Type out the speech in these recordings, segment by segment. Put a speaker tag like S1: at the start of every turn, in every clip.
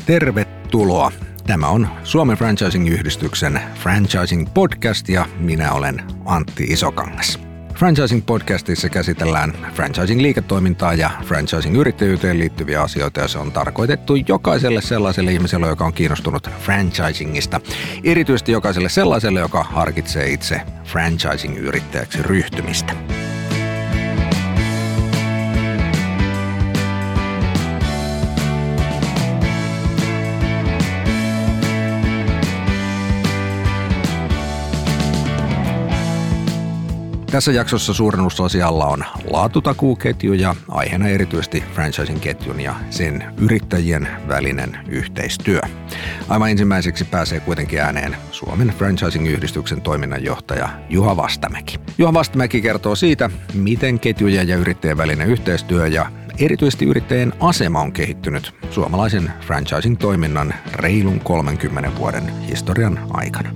S1: Tervetuloa. Tämä on Suomen Franchising-yhdistyksen Franchising Podcast ja minä olen Antti Isokangas. Franchising-podcastissa käsitellään franchising-liiketoimintaa ja franchising-yrittäjyyteen liittyviä asioita ja se on tarkoitettu jokaiselle sellaiselle ihmiselle, joka on kiinnostunut franchisingista. Erityisesti jokaiselle sellaiselle, joka harkitsee itse franchising-yrittäjäksi ryhtymistä. Tässä jaksossa suurennusasialla on laatutakuuketju ja aiheena erityisesti franchising-ketjun ja sen yrittäjien välinen yhteistyö. Aivan ensimmäiseksi pääsee kuitenkin ääneen Suomen Franchising-yhdistyksen toiminnanjohtaja Juha Vastamäki. Juha Vastamäki kertoo siitä, miten ketjujen ja yrittäjien välinen yhteistyö ja erityisesti yrittäjien asema on kehittynyt suomalaisen franchising-toiminnan reilun 30 vuoden historian aikana.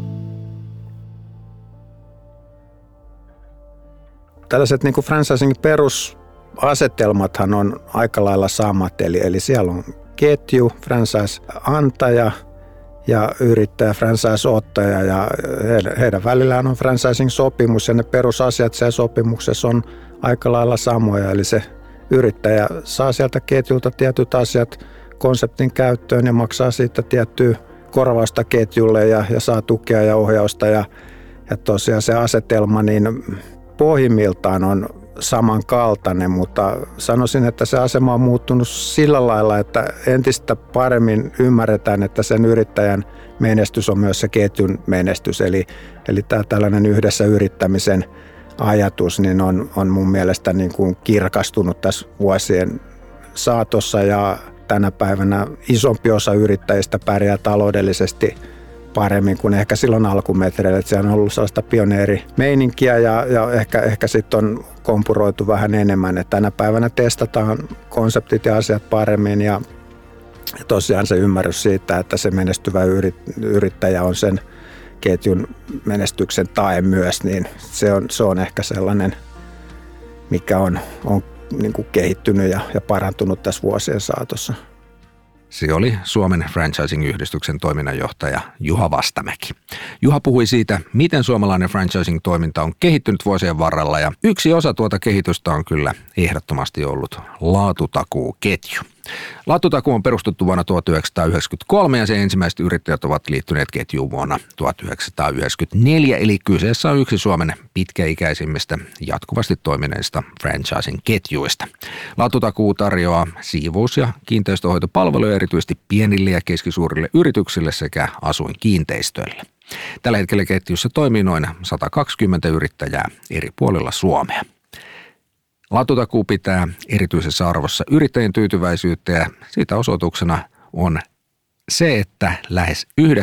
S2: Tällaiset niin kuin franchisingin perusasetelmathan on aika lailla samat, eli siellä on ketju, franchise-antaja ja yrittäjä, franchise-ottaja ja heidän välillään on franchising-sopimus ja ne perusasiat siellä sopimuksessa on aika lailla samoja, eli se yrittäjä saa sieltä ketjulta tietyt asiat konseptin käyttöön ja maksaa siitä tiettyä korvausta ketjulle ja saa tukea ja ohjausta ja tosiaan se asetelma niin pohjimmiltaan on samankaltainen, mutta sanoisin, että se asema on muuttunut sillä lailla, että entistä paremmin ymmärretään, että sen yrittäjän menestys on myös se ketjun menestys. Eli tämä tällainen yhdessä yrittämisen ajatus niin on mun mielestä niin kuin kirkastunut tässä vuosien saatossa ja tänä päivänä isompi osa yrittäjistä pärjää taloudellisesti paremmin kuin ehkä silloin alkumetreillä. Että siellä on ollut sellaista pioneerimeininkiä ja ehkä sitten on kompuroitu vähän enemmän. Että tänä päivänä testataan konseptit ja asiat paremmin ja tosiaan se ymmärrys siitä, että se menestyvä yrittäjä on sen ketjun menestyksen tae myös, niin se on ehkä sellainen, mikä on niin kuin kehittynyt ja parantunut tässä vuosien saatossa.
S1: Se oli Suomen Franchising-yhdistyksen toiminnanjohtaja Juha Vastamäki. Juha puhui siitä, miten suomalainen franchising-toiminta on kehittynyt vuosien varrella ja yksi osa tuota kehitystä on kyllä ehdottomasti ollut laatutakuuketju. Laatutakuu on perustettu vuonna 1993 ja sen ensimmäiset yrittäjät ovat liittyneet ketjuun vuonna 1994, eli kyseessä on yksi Suomen pitkäikäisimmistä jatkuvasti toimineista franchising-ketjuista. Laatutakuu tarjoaa siivous- ja kiinteistöhoitopalveluja erityisesti pienille ja keskisuurille yrityksille sekä asuinkiinteistöille. Tällä hetkellä ketjussa toimii noin 120 yrittäjää eri puolilla Suomea. Laatutakuu pitää erityisessä arvossa yrittäjien tyytyväisyyttä ja siitä osoituksena on se, että lähes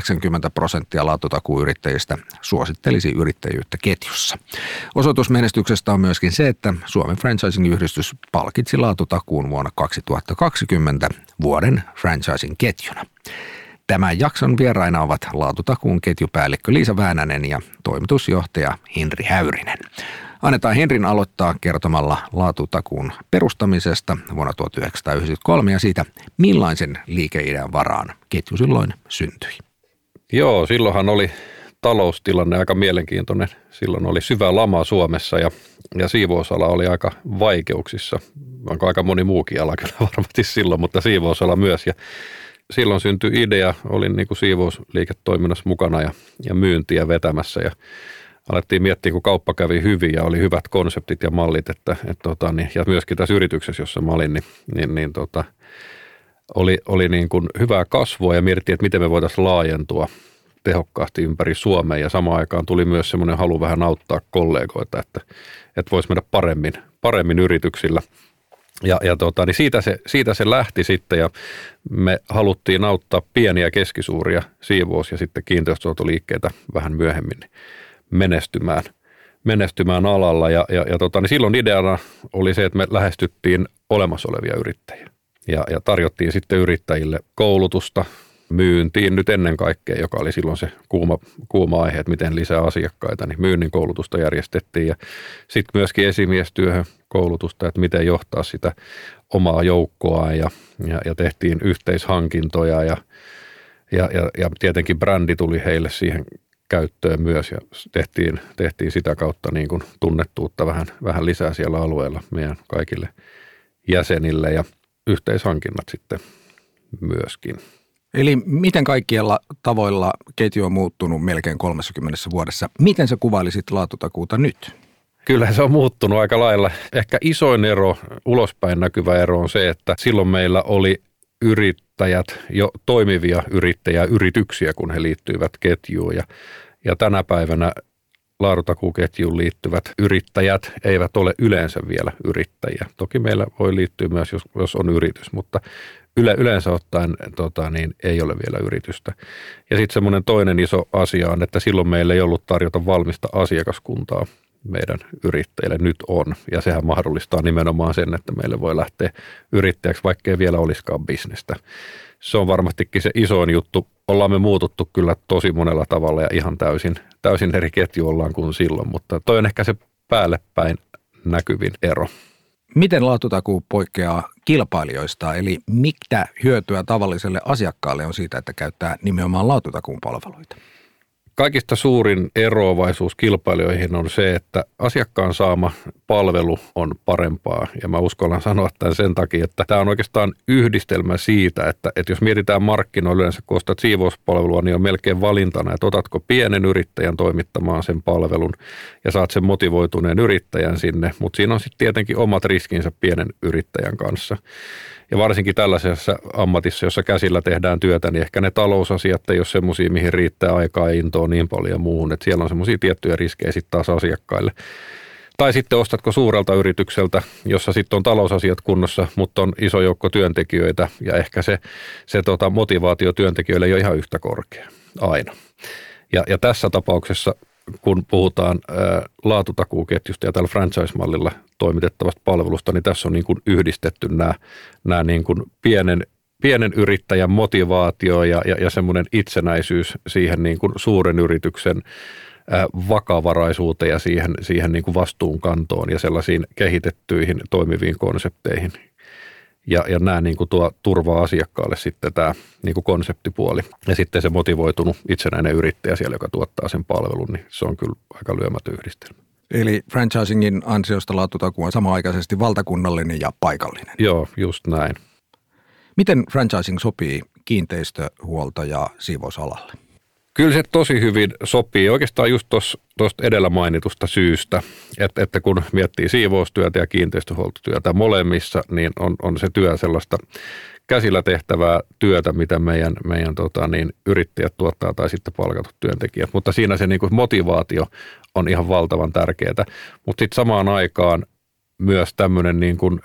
S1: 90% laatutakuuyrittäjistä suosittelisi yrittäjyyttä ketjussa. Osoitus menestyksestä on myöskin se, että Suomen Franchising-yhdistys palkitsi laatutakuun vuonna 2020 vuoden franchising-ketjuna. Tämän jakson vieraina ovat laatutakuun ketjupäällikkö Liisa Väänänen ja toimitusjohtaja Henri Häyrinen. Annetaan Henrin aloittaa kertomalla laatutakuun perustamisesta vuonna 1993 ja siitä, millaisen liikeidean varaan ketju silloin syntyi.
S3: Joo, silloinhan oli taloustilanne aika mielenkiintoinen. Silloin oli syvä lama Suomessa ja siivousala oli aika vaikeuksissa. Aika moni muukin ala kyllä varmasti silloin, mutta siivousala myös. Ja silloin syntyi idea, olin niin kuin siivousliiketoiminnassa mukana ja myyntiä vetämässä ja alettiin miettiä, kun kauppa kävi hyvin ja oli hyvät konseptit ja mallit, ja myöskin tässä yrityksessä, jossa mä olin, oli niin kuin hyvää kasvua ja mietittiin, että miten me voitaisiin laajentua tehokkaasti ympäri Suomea ja samaan aikaan tuli myös semmoinen halu vähän auttaa kollegoita, että voisi mennä paremmin yrityksillä. Niin siitä se lähti sitten ja me haluttiin auttaa pieniä ja keskisuuria siivous- ja sitten kiinteistöhoitoliikkeitä vähän myöhemmin menestymään alalla niin silloin ideana oli se, että me lähestyttiin olemassa olevia yrittäjiä ja tarjottiin sitten yrittäjille koulutusta myyntiin nyt ennen kaikkea, joka oli silloin se kuuma aihe, että miten lisää asiakkaita, niin myynnin koulutusta järjestettiin ja sitten myöskin esimiestyöhön koulutusta, että miten johtaa sitä omaa joukkoaan ja tehtiin yhteishankintoja ja tietenkin brändi tuli heille siihen käyttöön myös ja tehtiin sitä kautta niin kuin tunnettuutta vähän lisää siellä alueella meidän kaikille jäsenille ja yhteishankinnat sitten myöskin.
S1: Eli miten kaikkialla tavoilla ketju on muuttunut melkein 30 vuodessa? Miten sä kuvailisit laatutakuuta nyt?
S3: Kyllä se on muuttunut aika lailla. Ehkä isoin ero, ulospäin näkyvä ero on se, että silloin meillä oli yrittäjät, jo toimivia yrityksiä, kun he liittyivät ketjuun. Ja tänä päivänä laatutakuuketjuun liittyvät yrittäjät eivät ole yleensä vielä yrittäjiä. Toki meillä voi liittyä myös, jos on yritys, mutta yleensä ottaen ei ole vielä yritystä. Ja sitten semmoinen toinen iso asia on, että silloin meillä ei ollut tarjota valmista asiakaskuntaa meidän yrittäjille. Nyt on, ja sehän mahdollistaa nimenomaan sen, että meille voi lähteä yrittäjäksi, vaikka ei vielä olisikaan bisnestä. Se on varmastikin se isoin juttu. Ollaan me muututtu kyllä tosi monella tavalla ja ihan täysin eri ketju ollaan kuin silloin, mutta toi on ehkä se päälle päin näkyvin ero.
S1: Miten laatutakuu poikkeaa kilpailijoista, eli mitä hyötyä tavalliselle asiakkaalle on siitä, että käyttää nimenomaan laatutakuun palveluita?
S3: Kaikista suurin eroavaisuus kilpailijoihin on se, että asiakkaan saama palvelu on parempaa. Ja mä uskallan sanoa tämän sen takia, että tämä on oikeastaan yhdistelmä siitä, että jos mietitään markkinoilla yleensä, kun ostat siivouspalvelua, niin on melkein valintana, että otatko pienen yrittäjän toimittamaan sen palvelun ja saat sen motivoituneen yrittäjän sinne. Mutta siinä on sitten tietenkin omat riskinsä pienen yrittäjän kanssa. Ja varsinkin tällaisessa ammatissa, jossa käsillä tehdään työtä, niin ehkä ne talousasiat ei ole semmoisia, mihin riittää aikaa, intoa niin paljon muuhun, että siellä on semmoisia tiettyjä riskejä sitten taas asiakkaille. Tai sitten ostatko suurelta yritykseltä, jossa sitten on talousasiat kunnossa, mutta on iso joukko työntekijöitä ja ehkä se motivaatio työntekijöille ei ole ihan yhtä korkea aina. Ja tässä tapauksessa, kun puhutaan laatutakuuketjusta ja tällä franchise-mallilla toimitettavasta palvelusta, niin tässä on niin kuin yhdistetty nämä niin kuin pienen yrittäjän motivaatio ja semmoinen itsenäisyys siihen niin kuin suuren yrityksen vakavaraisuuteen ja siihen niin kuin vastuunkantoon ja sellaisiin kehitettyihin toimiviin konsepteihin. Ja nämä niin kuin tuo turvaa asiakkaalle sitten tämä niin kuin konseptipuoli. Ja sitten se motivoitunut itsenäinen yrittäjä siellä, joka tuottaa sen palvelun, niin se on kyllä aika lyömätön yhdistelmä. Eli
S1: franchisingin ansiosta laatutakuu on samanaikaisesti valtakunnallinen ja paikallinen.
S3: Joo, just näin.
S1: Miten franchising sopii kiinteistöhuolto- ja siivousalalle?
S3: Kyllä se tosi hyvin sopii oikeastaan just tuosta edellä mainitusta syystä, että kun miettii siivoustyötä ja kiinteistöhuoltotyötä molemmissa, niin on se työ sellaista käsillä tehtävää työtä, mitä meidän yrittäjät tuottaa tai sitten palkatut työntekijät. Mutta siinä se niin kuin motivaatio on ihan valtavan tärkeää. Mutta sitten samaan aikaan myös tämmöinen niin kuin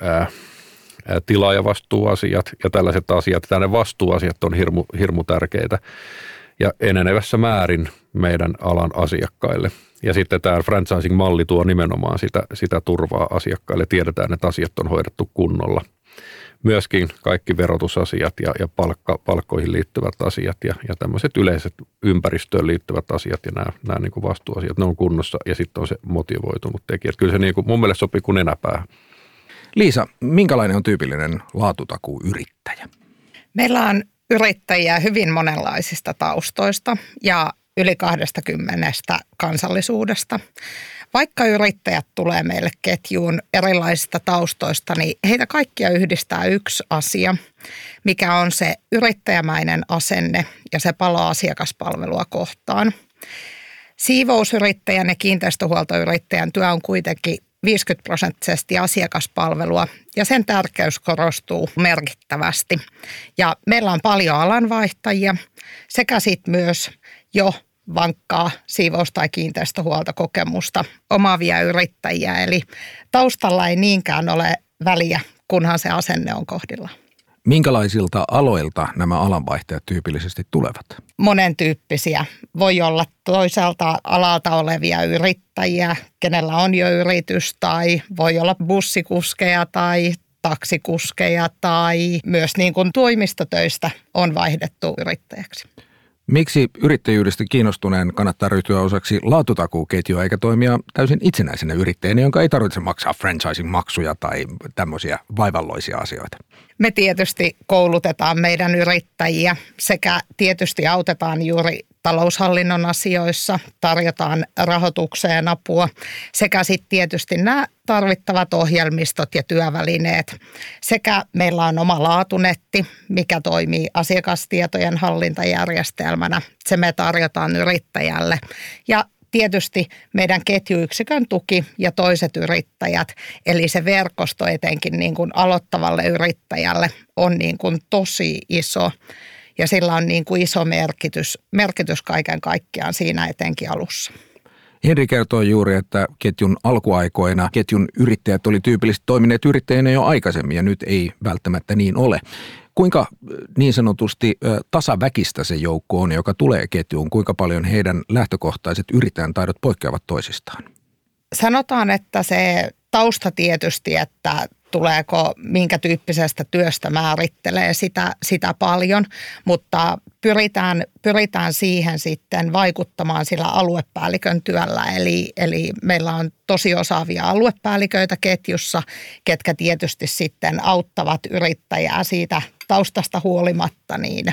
S3: tilaajavastuuasiat ja tällaiset asiat, ne vastuuasiat on hirmu tärkeitä. Ja enenevässä määrin meidän alan asiakkaille. Ja sitten tämä franchising-malli tuo nimenomaan sitä turvaa asiakkaille. Tiedetään, että asiat on hoidettu kunnolla. Myöskin kaikki verotusasiat ja palkkoihin liittyvät asiat ja tämmöiset yleiset ympäristöön liittyvät asiat ja nämä niin kuin vastuuasiat, ne on kunnossa ja sitten on se motivoitunut tekijä. Kyllä se niin kuin mun mielestä sopii kuin nenäpäähän.
S1: Liisa, minkälainen on tyypillinen laatutakuu-yrittäjä?
S4: Meillä on yrittäjiä hyvin monenlaisista taustoista ja yli 20 kansallisuudesta. Vaikka yrittäjät tulee meille ketjuun erilaisista taustoista, niin heitä kaikkia yhdistää yksi asia, mikä on se yrittäjämäinen asenne ja se palo asiakaspalvelua kohtaan. Siivousyrittäjän ja kiinteistöhuoltoyrittäjän työ on kuitenkin 50% asiakaspalvelua ja sen tärkeys korostuu merkittävästi. Ja meillä on paljon alanvaihtajia sekä sitten myös jo vankkaa siivous- tai kiinteistöhuoltokokemusta omaavia yrittäjiä. Eli taustalla ei niinkään ole väliä, kunhan se asenne on kohdillaan.
S1: Minkälaisilta aloilta nämä alanvaihtajat tyypillisesti tulevat?
S4: Monen tyyppisiä. Voi olla toisaalta alalta olevia yrittäjiä, kenellä on jo yritys, tai voi olla bussikuskeja tai taksikuskeja tai myös niin kuin toimistotöistä on vaihdettu yrittäjäksi.
S1: Miksi yrittäjyydestä kiinnostuneen kannattaa ryhtyä osaksi laatutakuuketjua eikä toimia täysin itsenäisenä yrittäjänä, jonka ei tarvitse maksaa franchising-maksuja tai tämmöisiä vaivalloisia asioita?
S4: Me tietysti koulutetaan meidän yrittäjiä sekä tietysti autetaan juuri taloushallinnon asioissa, tarjotaan rahoitukseen apua sekä sitten tietysti nämä tarvittavat ohjelmistot ja työvälineet. Sekä meillä on oma laatunetti, mikä toimii asiakastietojen hallintajärjestelmänä. Se me tarjotaan yrittäjälle ja tietysti meidän ketjuyksikön tuki ja toiset yrittäjät, eli se verkosto etenkin niin kuin aloittavalle yrittäjälle on niin kuin tosi iso ja sillä on niin kuin iso merkitys kaiken kaikkiaan siinä etenkin alussa.
S1: Henri kertoi juuri, että ketjun alkuaikoina ketjun yrittäjät oli tyypillisesti toimineet yrittäjinä jo aikaisemmin ja nyt ei välttämättä niin ole. Kuinka niin sanotusti tasaväkistä se joukko on, joka tulee ketjuun? Kuinka paljon heidän lähtökohtaiset yrittäjän taidot poikkeavat toisistaan?
S4: Sanotaan, että se tausta tietysti, että tuleeko minkä tyyppisestä työstä määrittelee sitä paljon, mutta pyritään siihen sitten vaikuttamaan sillä aluepäällikön työllä. Eli meillä on tosi osaavia aluepäälliköitä ketjussa, ketkä tietysti sitten auttavat yrittäjää siitä taustasta huolimatta niin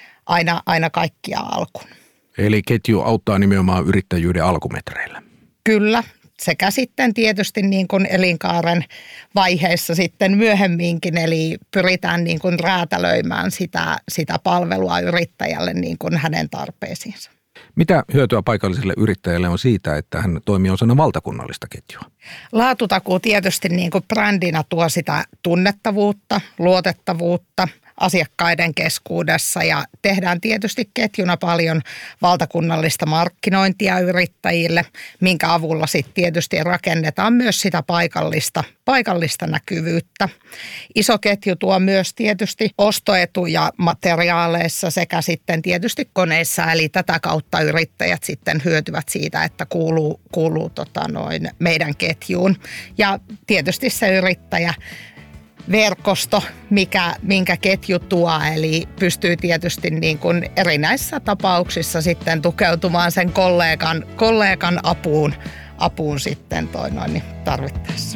S4: aina kaikkia alkuun.
S1: Eli ketju auttaa nimenomaan yrittäjyyden alkumetreillä.
S4: Kyllä. Sekä sitten tietysti niin kuin elinkaaren vaiheessa sitten myöhemminkin, eli pyritään niin kuin räätälöimään sitä palvelua yrittäjälle niin kuin hänen tarpeisiinsa.
S1: Mitä hyötyä paikalliselle yrittäjälle on siitä, että hän toimii osana valtakunnallista ketjua?
S4: Laatutakuu tietysti niin kuin brändinä tuo sitä tunnettavuutta, luotettavuutta asiakkaiden keskuudessa ja tehdään tietysti ketjuna paljon valtakunnallista markkinointia yrittäjille, minkä avulla sitten tietysti rakennetaan myös sitä paikallista näkyvyyttä. Iso ketju tuo myös tietysti ostoetuja materiaaleissa sekä sitten tietysti koneissa, eli tätä kautta yrittäjät sitten hyötyvät siitä, että kuuluu meidän ketjuun. Ja tietysti se yrittäjä verkosto, minkä ketju tuo, eli pystyy tietysti niin kuin erinäisissä tapauksissa sitten tukeutumaan sen kollegan apuun sitten tarvittaessa.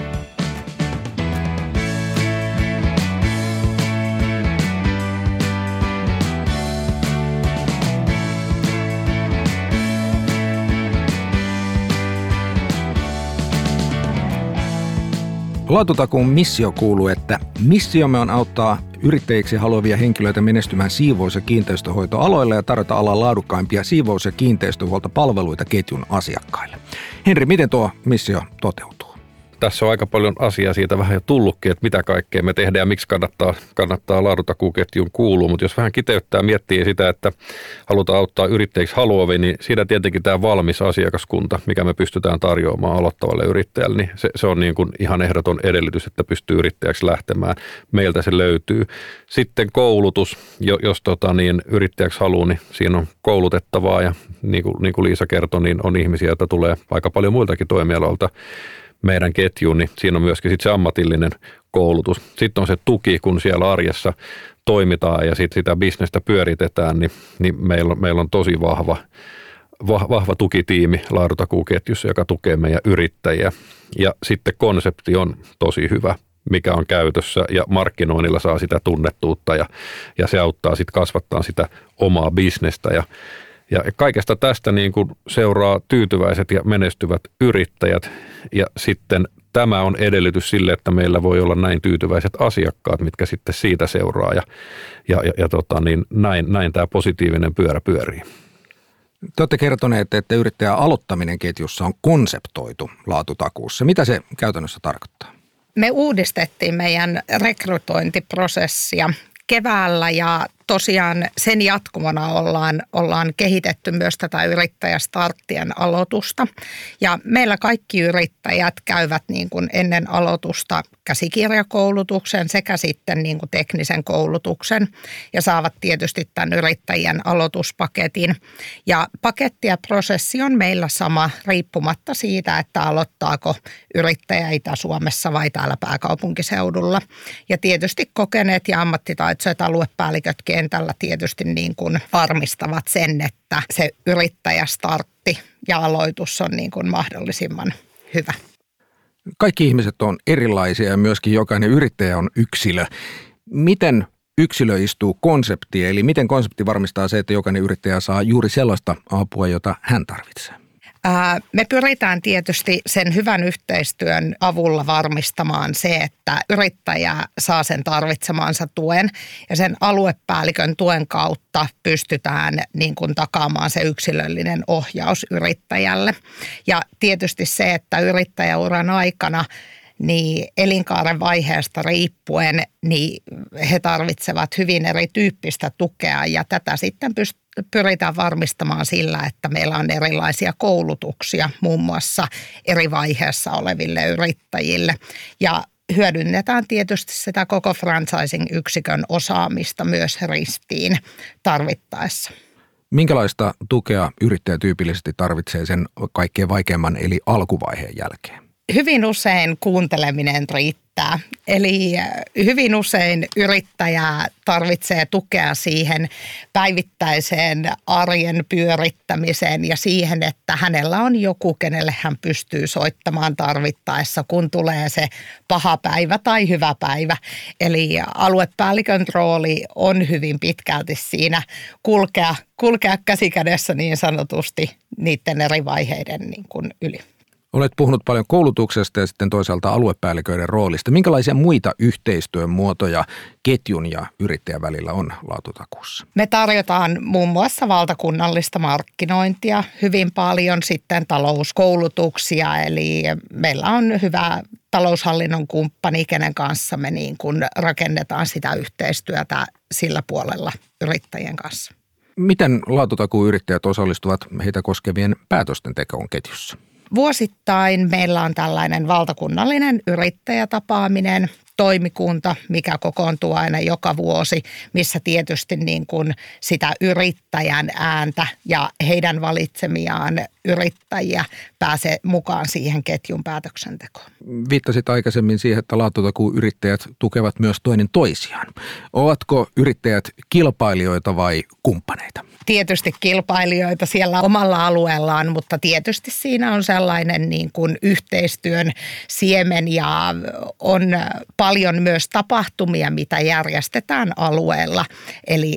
S1: Laatutakuun missio kuuluu, että missiomme on auttaa yrittäjiksi haluavia henkilöitä menestymään siivous- ja kiinteistöhoitoaloilla ja tarjota alan laadukkaimpia siivous- ja kiinteistöhuoltopalveluita ketjun asiakkaille. Henri, miten tuo missio toteutuu?
S3: Tässä on aika paljon asiaa siitä vähän jo tullutkin, että mitä kaikkea me tehdään ja miksi kannattaa laatutakuuketjun kuulua. Mutta jos vähän kiteyttää miettii sitä, että halutaan auttaa yrittäjiksi haluavia, niin siinä tietenkin tämä valmis asiakaskunta, mikä me pystytään tarjoamaan aloittavalle yrittäjälle, niin se on niin kuin ihan ehdoton edellytys, että pystyy yrittäjäksi lähtemään. Meiltä se löytyy. Sitten koulutus, jos yrittäjäksi haluaa, niin siinä on koulutettavaa ja niin kuin Liisa kertoi, niin on ihmisiä, joita tulee aika paljon muiltakin toimialoilta meidän ketjuun, niin siinä on myöskin sit se ammatillinen koulutus. Sitten on se tuki, kun siellä arjessa toimitaan ja sitä bisnestä pyöritetään, niin meillä on tosi vahva tukitiimi laatutakuuketjussa, joka tukee meidän yrittäjiä. Ja sitten konsepti on tosi hyvä, mikä on käytössä ja markkinoinnilla saa sitä tunnettuutta ja se auttaa sitten kasvattaa sitä omaa bisnestä ja kaikesta tästä niin kuin seuraa tyytyväiset ja menestyvät yrittäjät ja sitten tämä on edellytys sille, että meillä voi olla näin tyytyväiset asiakkaat, mitkä sitten siitä seuraa näin tämä positiivinen pyörä pyörii.
S1: Te olette kertoneet, että yrittäjän aloittaminen ketjussa on konseptoitu laatutakuussa. Mitä se käytännössä tarkoittaa?
S4: Me uudistettiin meidän rekrytointiprosessia keväällä ja tosiaan sen jatkumona ollaan kehitetty myös tätä yrittäjästarttien aloitusta. Ja meillä kaikki yrittäjät käyvät niin kuin ennen aloitusta käsikirjakoulutuksen sekä sitten niin kuin teknisen koulutuksen ja saavat tietysti tämän yrittäjän aloituspaketin. Ja paketti ja prosessi on meillä sama riippumatta siitä, että aloittaako yrittäjä Itä-Suomessa vai täällä pääkaupunkiseudulla. Ja tietysti kokeneet ja ammattitaitoiset aluepäälliköt kentällä tietysti niin kuin varmistavat sen, että se yrittäjästartti ja aloitus on niin kuin mahdollisimman hyvä.
S1: Kaikki ihmiset on erilaisia ja myöskin jokainen yrittäjä on yksilö. Miten yksilöistuu konsepti, eli miten konsepti varmistaa se, että jokainen yrittäjä saa juuri sellaista apua, jota hän tarvitsee?
S4: Me pyritään tietysti sen hyvän yhteistyön avulla varmistamaan se, että yrittäjä saa sen tarvitsemansa tuen ja sen aluepäällikön tuen kautta pystytään niin kuin takaamaan se yksilöllinen ohjaus yrittäjälle. Ja tietysti se, että yrittäjäuran aikana niin elinkaaren vaiheesta riippuen niin he tarvitsevat hyvin erityyppistä tukea ja tätä sitten pyritään varmistamaan sillä, että meillä on erilaisia koulutuksia muun muassa eri vaiheessa oleville yrittäjille ja hyödynnetään tietysti sitä koko franchising-yksikön osaamista myös ristiin tarvittaessa.
S1: Minkälaista tukea yrittäjä tyypillisesti tarvitsee sen kaikkein vaikeimman eli alkuvaiheen jälkeen?
S4: Hyvin usein kuunteleminen riittää. Eli hyvin usein yrittäjä tarvitsee tukea siihen päivittäiseen arjen pyörittämiseen ja siihen, että hänellä on joku, kenelle hän pystyy soittamaan tarvittaessa, kun tulee se paha päivä tai hyvä päivä. Eli aluepäällikön rooli on hyvin pitkälti siinä kulkea käsikädessä niin sanotusti niiden eri vaiheiden niin kuin yli.
S1: Olet puhunut paljon koulutuksesta ja sitten toisaalta aluepäälliköiden roolista. Minkälaisia muita yhteistyön muotoja ketjun ja yrittäjän välillä on laatutakuussa?
S4: Me tarjotaan muun muassa valtakunnallista markkinointia, hyvin paljon sitten talouskoulutuksia, eli meillä on hyvä taloushallinnon kumppani, kenen kanssa me niin kuin rakennetaan sitä yhteistyötä sillä puolella yrittäjien kanssa.
S1: Miten laatutakuuyrittäjät osallistuvat heitä koskevien päätösten tekoon ketjussa?
S4: Vuosittain meillä on tällainen valtakunnallinen yrittäjätapaaminen, toimikunta, mikä kokoontuu aina joka vuosi, missä tietysti niin kuin sitä yrittäjän ääntä ja heidän valitsemiaan yrittäjiä pääsee mukaan siihen ketjun päätöksentekoon.
S1: Viittasit aikaisemmin siihen, että laatutakuuyrittäjät tukevat myös toinen toisiaan. Ovatko yrittäjät kilpailijoita vai kumppaneita?
S4: Tietysti kilpailijoita siellä omalla alueellaan, mutta tietysti siinä on sellainen niin kuin yhteistyön siemen ja on paljon myös tapahtumia, mitä järjestetään alueella, eli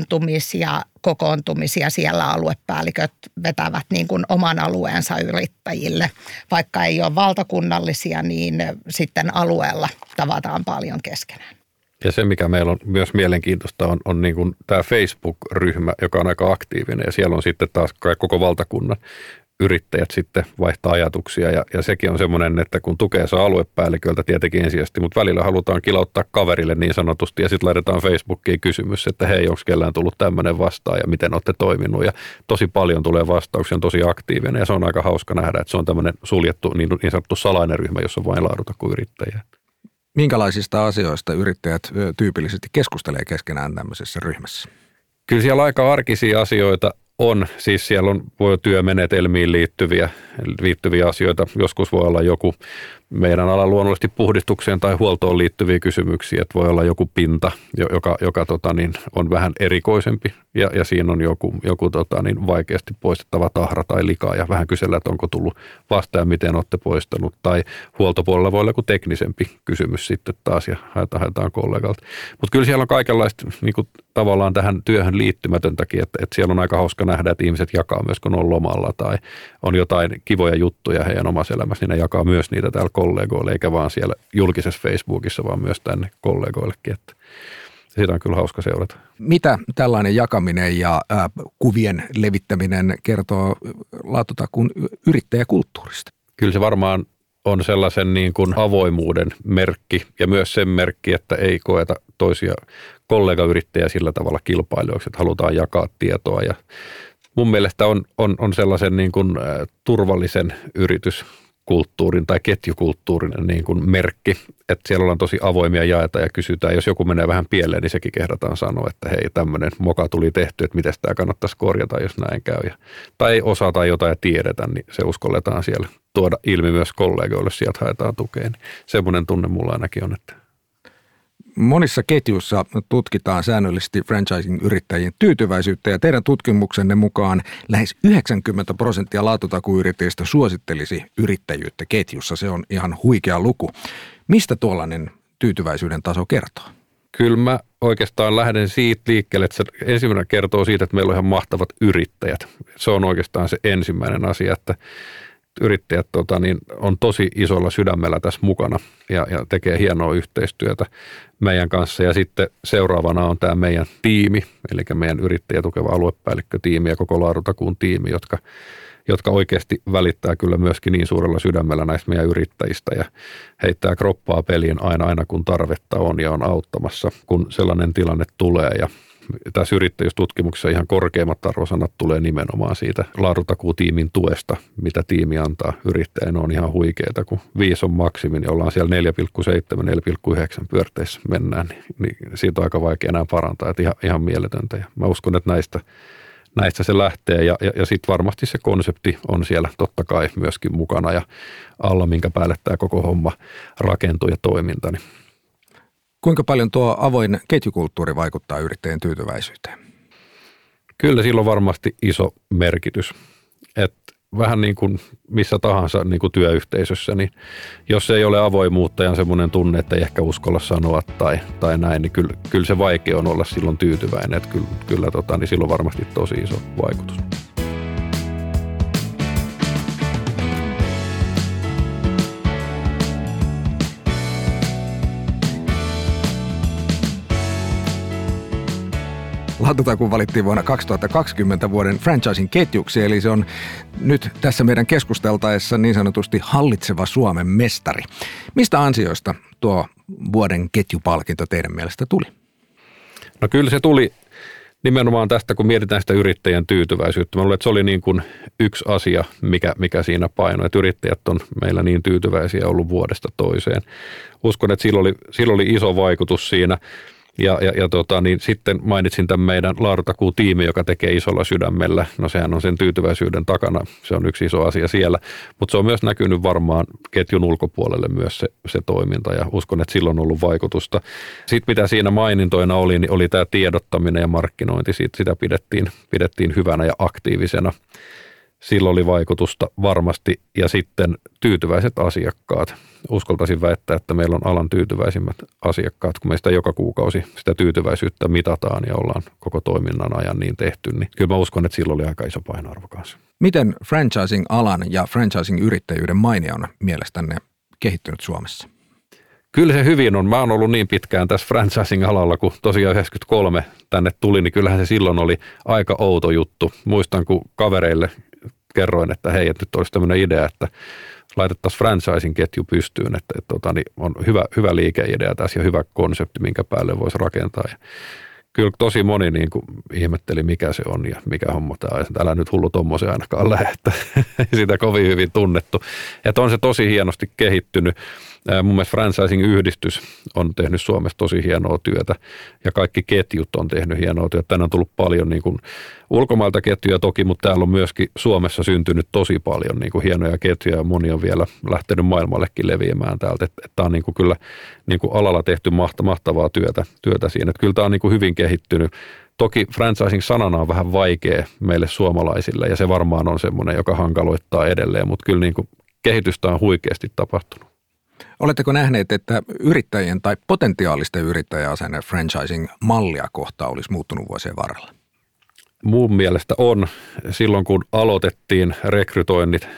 S4: kokoontumisia siellä aluepäälliköt vetävät niin kuin oman alueensa yrittäjille. Vaikka ei ole valtakunnallisia, niin sitten alueella tavataan paljon keskenään.
S3: Ja se, mikä meillä on myös mielenkiintoista, on niin kuin tämä Facebook-ryhmä, joka on aika aktiivinen ja siellä on sitten taas koko valtakunnan yrittäjät sitten vaihtaa ajatuksia ja sekin on semmoinen, että kun tukee saa aluepäälliköltä tietenkin ensisijaisesti, mutta välillä halutaan kilauttaa kaverille niin sanotusti ja sitten laitetaan Facebookiin kysymys, että hei, onko kellään tullut tämmöinen vastaan ja miten olette toiminut ja tosi paljon tulee vastauksia, on tosi aktiivinen ja se on aika hauska nähdä, että se on tämmöinen suljettu niin sanottu salainen ryhmä, jossa on vain laadutakuuyrittäjiä.
S1: Minkälaisista asioista yrittäjät tyypillisesti keskustelee keskenään tämmöisessä ryhmässä?
S3: Kyllä siellä aika arkisia asioita on. Siis siellä voi työmenetelmiin liittyviä asioita. Joskus voi olla joku meidän alan luonnollisesti puhdistukseen tai huoltoon liittyviä kysymyksiä. Että voi olla joku pinta, joka on vähän erikoisempi ja siinä on joku vaikeasti poistettava tahra tai lika ja vähän kysellä, että onko tullut vastaan ja miten olette poistanut. Tai huoltopuolella voi olla joku teknisempi kysymys sitten taas ja haetaan kollegalta. Mutta kyllä siellä on kaikenlaista niin kuin tavallaan tähän työhön liittymätöntäkin, että siellä on aika hauska nähdä, että ihmiset jakaa myös kun on lomalla tai on jotain kivoja juttuja heidän omassa elämässä, niin ne jakaa myös niitä täällä kollegoille, eikä vaan siellä julkisessa Facebookissa, vaan myös tänne kollegoillekin, että siitä on kyllä hauska seurata.
S1: Mitä tällainen jakaminen ja kuvien levittäminen kertoo laatutakuun yrittäjäkulttuurista?
S3: Kyllä se varmaan on sellaisen niin kuin avoimuuden merkki ja myös sen merkki, että ei koeta toisia kollegayrittäjiä sillä tavalla kilpailijoiksi, että halutaan jakaa tietoa ja mun mielestä on sellaisen niin kuin turvallisen yrityskulttuurin tai ketjukulttuurin niin kuin merkki, että siellä ollaan tosi avoimia, jaetaan ja kysytään. Jos joku menee vähän pieleen, niin sekin kehdataan sanoa, että hei, tämmöinen moka tuli tehty, että miten tämä kannattaisi korjata, jos näin käy. Tai ei osata jotain ja tiedetä, niin se uskolletaan siellä tuoda ilmi myös kollegoille, sieltä haetaan tukea. Niin semmoinen tunne mulla ainakin on, että
S1: monissa ketjuissa tutkitaan säännöllisesti franchising-yrittäjien tyytyväisyyttä ja teidän tutkimuksenne mukaan lähes 90% laatutakuuyrittäjistä suosittelisi yrittäjyyttä ketjussa. Se on ihan huikea luku. Mistä tuollainen tyytyväisyyden taso kertoo?
S3: Kyllä mä oikeastaan lähden siitä liikkeelle, että se ensimmäinen kertoo siitä, että meillä on ihan mahtavat yrittäjät. Se on oikeastaan se ensimmäinen asia, että yrittäjät on tosi isolla sydämellä tässä mukana ja tekee hienoa yhteistyötä meidän kanssa. Ja sitten seuraavana on tämä meidän tiimi, eli meidän yrittäjä tukeva aluepäällikkötiimi ja koko laadutakuun tiimi, jotka oikeasti välittää kyllä myöskin niin suurella sydämellä näistä meidän yrittäjistä ja heittää kroppaa peliin aina kun tarvetta on ja on auttamassa, kun sellainen tilanne tulee. Ja tässä yrittäjyystutkimuksessa ihan korkeimmat arvosanat tulee nimenomaan siitä laadutakuutiimin tuesta, mitä tiimi antaa yrittäjän. On ihan huikeeta, kun 5 on maksimi, niin ollaan siellä 4,7-4,9 pyörteissä mennään, niin siitä on aika vaikea enää parantaa, että ihan mieletöntä. Ja mä uskon, että näistä se lähtee ja sitten varmasti se konsepti on siellä totta kai myöskin mukana ja alla, minkä päälle tämä koko homma rakentuu ja toiminta.
S1: Kuinka paljon tuo avoin ketjukulttuuri vaikuttaa yrittäjien tyytyväisyyteen?
S3: Kyllä sillä on varmasti iso merkitys. Että vähän niin kuin missä tahansa niin kuin työyhteisössä, niin jos ei ole avoimuutta ja semmoinen tunne, että ei ehkä uskalla sanoa tai näin, niin kyllä se vaikea on olla silloin tyytyväinen. Että kyllä niin sillä on varmasti tosi iso vaikutus.
S1: Laatutakuu valittiin vuonna 2020 vuoden franchising-ketjuksi, eli se on nyt tässä meidän keskusteltaessa niin sanotusti hallitseva Suomen mestari. Mistä ansioista tuo vuoden ketjupalkinto teidän mielestä tuli?
S3: No kyllä se tuli nimenomaan tästä, kun mietitään sitä yrittäjän tyytyväisyyttä. Mä luulen, että se oli niin kuin yksi asia, mikä siinä painoi, että yrittäjät on meillä niin tyytyväisiä ollut vuodesta toiseen. Uskon, että sillä oli iso vaikutus siinä. Ja niin sitten mainitsin tämän meidän laadutakuutiimi, joka tekee isolla sydämellä. No sehän on sen tyytyväisyyden takana, se on yksi iso asia siellä. Mutta se on myös näkynyt varmaan ketjun ulkopuolelle myös se toiminta ja uskon, että sillä on ollut vaikutusta. Sitten mitä siinä mainintoina oli, niin oli tämä tiedottaminen ja markkinointi. Sitä pidettiin hyvänä ja aktiivisena. Sillä oli vaikutusta varmasti ja sitten tyytyväiset asiakkaat. Uskaltaisin väittää, että meillä on alan tyytyväisimmät asiakkaat, kun me sitä joka kuukausi sitä tyytyväisyyttä mitataan ja ollaan koko toiminnan ajan niin tehty, niin kyllä mä uskon, että sillä oli aika iso painoarvo kanssa.
S1: Miten franchising-alan ja franchising-yrittäjyyden maine on mielestänne kehittynyt Suomessa?
S3: Kyllä se hyvin on. Mä oon ollut niin pitkään tässä franchising-alalla, kun tosiaan 93 tänne tuli, niin kyllähän se silloin oli aika outo juttu. Muistan, kun kavereille kerroin, että hei, että nyt olisi tämmöinen idea, että laitettaisiin franchising-ketju pystyyn, että niin on hyvä liikeidea tässä ja hyvä konsepti, minkä päälle voisi rakentaa. Ja kyllä tosi moni niin kuin ihmetteli, mikä se on ja mikä homma tämä on. Älä nyt hullu tommoisen ainakaan lähde, että sitä kovin hyvin tunnettu. Että on se tosi hienosti kehittynyt. Mun mielestä franchising-yhdistys on tehnyt Suomessa tosi hienoa työtä ja kaikki ketjut on tehnyt hienoa työtä. Tänään on tullut paljon niin kuin ulkomailta ketjuja toki, mutta täällä on myöskin Suomessa syntynyt tosi paljon niin kuin hienoja ketjuja ja moni on vielä lähtenyt maailmallekin leviämään täältä. Tämä on niin kuin kyllä niin kuin alalla tehty mahtavaa työtä siinä. Että kyllä tämä on niin kuin hyvin kehittynyt. Toki franchising-sanana on vähän vaikea meille suomalaisille ja se varmaan on semmoinen, joka hankaloittaa edelleen, mutta kyllä niin kuin kehitystä on huikeasti tapahtunut.
S1: Oletteko nähneet, että yrittäjien tai potentiaalisten yrittäjäasenne franchising-mallia kohtaan olisi muuttunut vuosien varrella?
S3: Mun mielestä on. Silloin kun aloitettiin rekrytoinnit,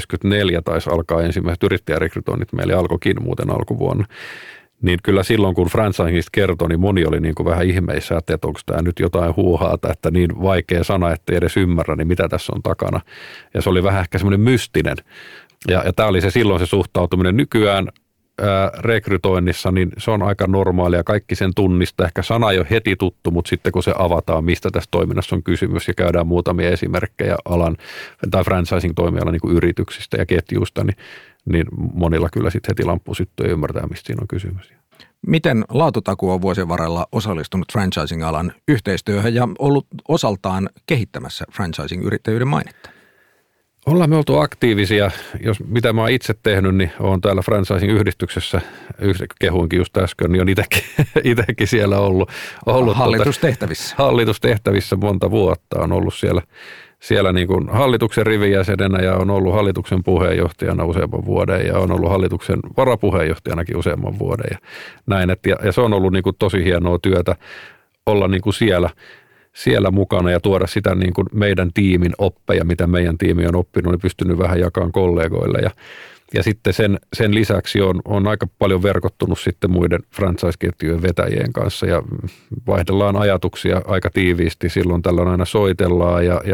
S3: 94 taisi alkaa ensimmäiset yrittäjärekrytoinnit, meillä alkoikin muuten alkuvuonna, niin kyllä silloin kun franchisingista kertoi, niin moni oli niin kuin vähän ihmeissä, että onko tämä nyt jotain huuhaata, että niin vaikea sana, ettei edes ymmärrä, niin mitä tässä on takana. Ja se oli vähän ehkä semmoinen mystinen. Ja tämä oli se silloin se suhtautuminen. Nykyään rekrytoinnissa, niin se on aika normaalia. Kaikki sen tunnistaa. Ehkä sana ei ole heti tuttu, mutta sitten kun se avataan, mistä tässä toiminnassa on kysymys ja käydään muutamia esimerkkejä alan tai franchising-toimialan niin kuin yrityksistä ja ketjuista, niin monilla kyllä sitten heti lamppu syttyy ja ymmärtää, mistä siinä on kysymys.
S1: Miten Laatutakuu on vuosien varrella osallistunut franchising-alan yhteistyöhön ja ollut osaltaan kehittämässä franchising-yrittäjyyden mainetta?
S3: Ollaan me oltu aktiivisia. Mitä mä oon itse tehnyt, niin oon täällä franchising-yhdistyksessä, kehuinkin just äsken, niin on itsekin siellä ollut
S1: Hallitustehtävissä.
S3: Hallitustehtävissä monta vuotta. On ollut siellä niin kuin hallituksen rivijäsenenä ja on ollut hallituksen puheenjohtajana useamman vuoden ja on ollut hallituksen varapuheenjohtajanakin useamman vuoden ja näin. Ja se on ollut niin kuin tosi hienoa työtä olla niin kuin siellä mukana ja tuoda sitä niin kuin meidän tiimin oppeja, mitä meidän tiimi on oppinut, niin pystynyt vähän jakamaan kollegoille. Ja sitten sen lisäksi on aika paljon verkottunut sitten muiden franchise-ketjujen vetäjien kanssa ja vaihdellaan ajatuksia aika tiiviisti. Silloin tällöin aina soitellaan ja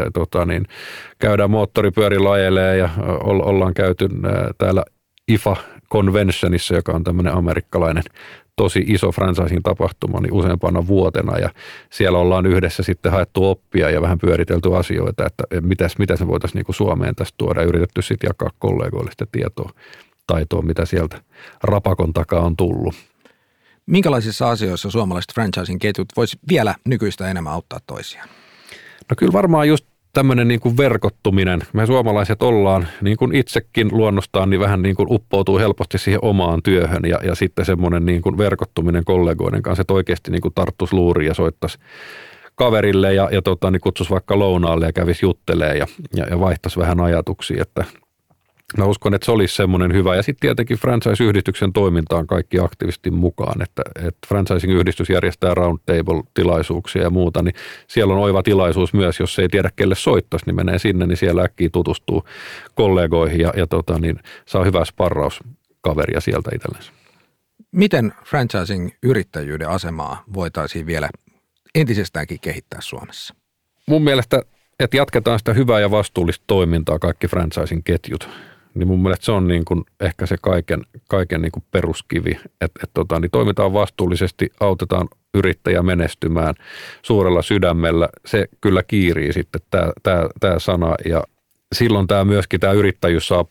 S3: käydään moottoripyörillä ajelee ja ollaan käyty täällä IFA Conventionissa, joka on tämmöinen amerikkalainen tosi iso franchising-tapahtuma niin useampana vuotena ja siellä ollaan yhdessä sitten haettu oppia ja vähän pyöritelty asioita, että mitä se voitaisiin niin kuin Suomeen tästä tuoda ja yritetty sitten jakaa kollegoille sitä taitoa, mitä sieltä rapakon takaa on tullut.
S1: Minkälaisissa asioissa suomalaiset franchising-ketjut voisi vielä nykyistä enemmän auttaa toisiaan?
S3: No kyllä varmaan just tämmöinen niin kuin verkottuminen. Me suomalaiset ollaan, niin kuin itsekin luonnostaan, niin vähän niin kuin uppoutuu helposti siihen omaan työhön ja sitten semmoinen niin kuin verkottuminen kollegoiden kanssa, että oikeasti niin kuin tarttuisi luuriin ja soittaisi kaverille ja niin kutsuisi vaikka lounaalle ja kävisi juttelemaan ja vaihtaisi vähän ajatuksia, että mä uskon, että se olisi semmoinen hyvä. Ja sitten tietenkin franchise-yhdistyksen toimintaan kaikki aktiivisesti mukaan, että franchising-yhdistys järjestää roundtable-tilaisuuksia ja muuta, niin siellä on oiva tilaisuus myös, jos ei tiedä kelle soittaisi, niin menee sinne, niin siellä äkkiä tutustuu kollegoihin ja saa hyvää sparrauskaveria sieltä itsellensä.
S1: Miten franchising-yrittäjyyden asemaa voitaisiin vielä entisestäänkin kehittää Suomessa?
S3: Mun mielestä, että jatketaan sitä hyvää ja vastuullista toimintaa, kaikki franchising-ketjut, niin mun mielestä se on niin kuin ehkä se kaiken niin kuin peruskivi, että toimitaan vastuullisesti, autetaan yrittäjä menestymään suurella sydämellä. Se kyllä kiirii sitten tämä sana ja silloin tämä yrittäjyys saa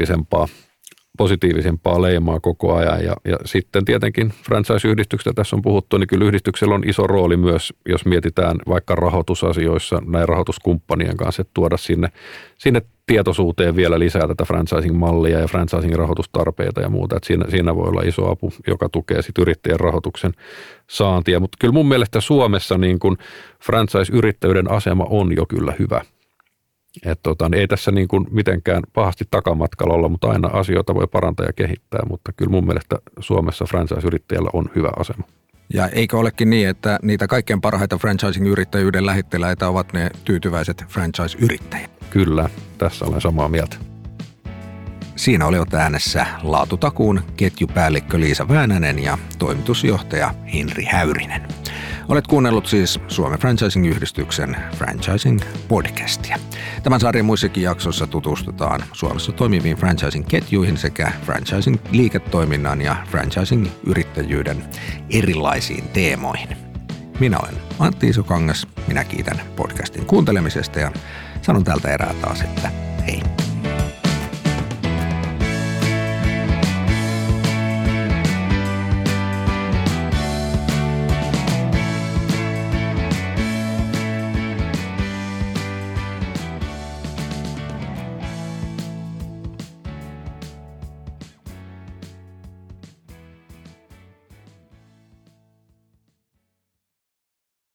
S3: positiivisempaa leimaa koko ajan ja sitten tietenkin franchise-yhdistyksestä tässä on puhuttu, niin kyllä yhdistyksellä on iso rooli myös, jos mietitään vaikka rahoitusasioissa näin rahoituskumppanien kanssa, että tuoda sinne tietoisuuteen vielä lisää tätä franchising-mallia ja franchising-rahoitustarpeita ja muuta, että siinä voi olla iso apu, joka tukee sitten yrittäjän rahoituksen saantia, mutta kyllä mun mielestä Suomessa niin kuin franchise-yrittäjyyden asema on jo kyllä hyvä. Että ei tässä niin kuin mitenkään pahasti takamatkalla olla, mutta aina asioita voi parantaa ja kehittää, mutta kyllä mun mielestä Suomessa franchise-yrittäjällä on hyvä asema.
S1: Ja eikö olekin niin, että niitä kaikkein parhaita franchising-yrittäjyyden lähettiläitä ovat ne tyytyväiset franchise-yrittäjät?
S3: Kyllä, tässä olen samaa mieltä.
S1: Siinä olivat äänessä Laatutakuun ketjupäällikkö Liisa Väänänen ja toimitusjohtaja Henri Häyrinen. Olet kuunnellut siis Suomen Franchising-yhdistyksen Franchising-podcastia. Tämän sarjan muissakin jaksoissa tutustutaan Suomessa toimiviin franchising-ketjuihin sekä franchising-liiketoiminnan ja franchising-yrittäjyyden erilaisiin teemoihin. Minä olen Antti Isokangas, minä kiitän podcastin kuuntelemisesta ja sanon tältä erää taas, että